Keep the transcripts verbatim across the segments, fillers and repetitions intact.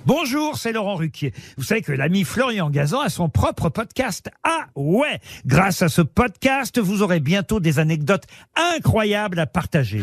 Bonjour, c'est Laurent Ruquier. Vous savez que l'ami Florian Gazan a son propre podcast. Ah ouais! Grâce à ce podcast, vous aurez bientôt des anecdotes incroyables à partager.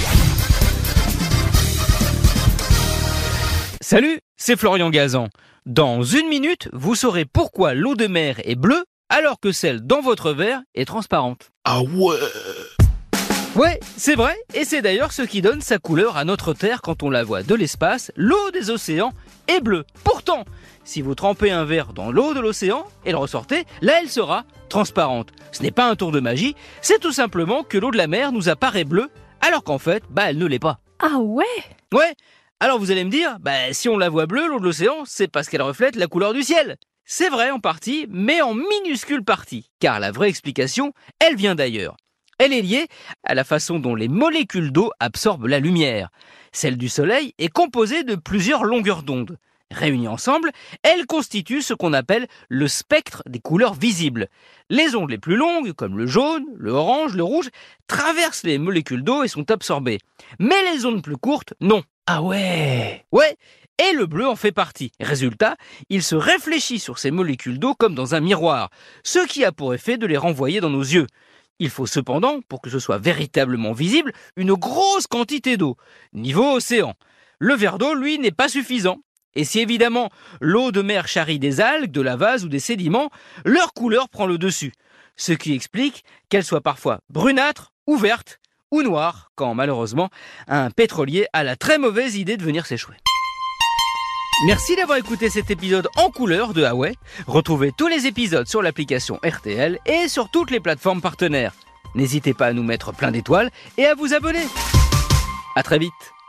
Salut, c'est Florian Gazan. Dans une minute, vous saurez pourquoi l'eau de mer est bleue alors que celle dans votre verre est transparente. Ah ouais! Ouais, c'est vrai, et c'est d'ailleurs ce qui donne sa couleur à notre Terre quand on la voit de l'espace. L'eau des océans est bleue. Pourtant, si vous trempez un verre dans l'eau de l'océan et le ressortez, là elle sera transparente. Ce n'est pas un tour de magie, c'est tout simplement que l'eau de la mer nous apparaît bleue alors qu'en fait, bah elle ne l'est pas. Ah ouais? Ouais, alors vous allez me dire, bah si on la voit bleue, l'eau de l'océan, c'est parce qu'elle reflète la couleur du ciel. C'est vrai en partie, mais en minuscule partie, car la vraie explication, elle vient d'ailleurs. Elle est liée à la façon dont les molécules d'eau absorbent la lumière. Celle du Soleil est composée de plusieurs longueurs d'onde. Réunies ensemble, elles constituent ce qu'on appelle le spectre des couleurs visibles. Les ondes les plus longues, comme le jaune, le orange, le rouge, traversent les molécules d'eau et sont absorbées. Mais les ondes plus courtes, non. Ah ouais! Ouais, et le bleu en fait partie. Résultat, il se réfléchit sur ces molécules d'eau comme dans un miroir, ce qui a pour effet de les renvoyer dans nos yeux. Il faut cependant, pour que ce soit véritablement visible, une grosse quantité d'eau, niveau océan. Le verre d'eau, lui, n'est pas suffisant. Et si évidemment l'eau de mer charrie des algues, de la vase ou des sédiments, leur couleur prend le dessus. Ce qui explique qu'elle soit parfois brunâtre ou verte ou noire, quand malheureusement un pétrolier a la très mauvaise idée de venir s'échouer. Merci d'avoir écouté cet épisode en couleur de Ah ouais. Retrouvez tous les épisodes sur l'application R T L et sur toutes les plateformes partenaires. N'hésitez pas à nous mettre plein d'étoiles et à vous abonner. À très vite.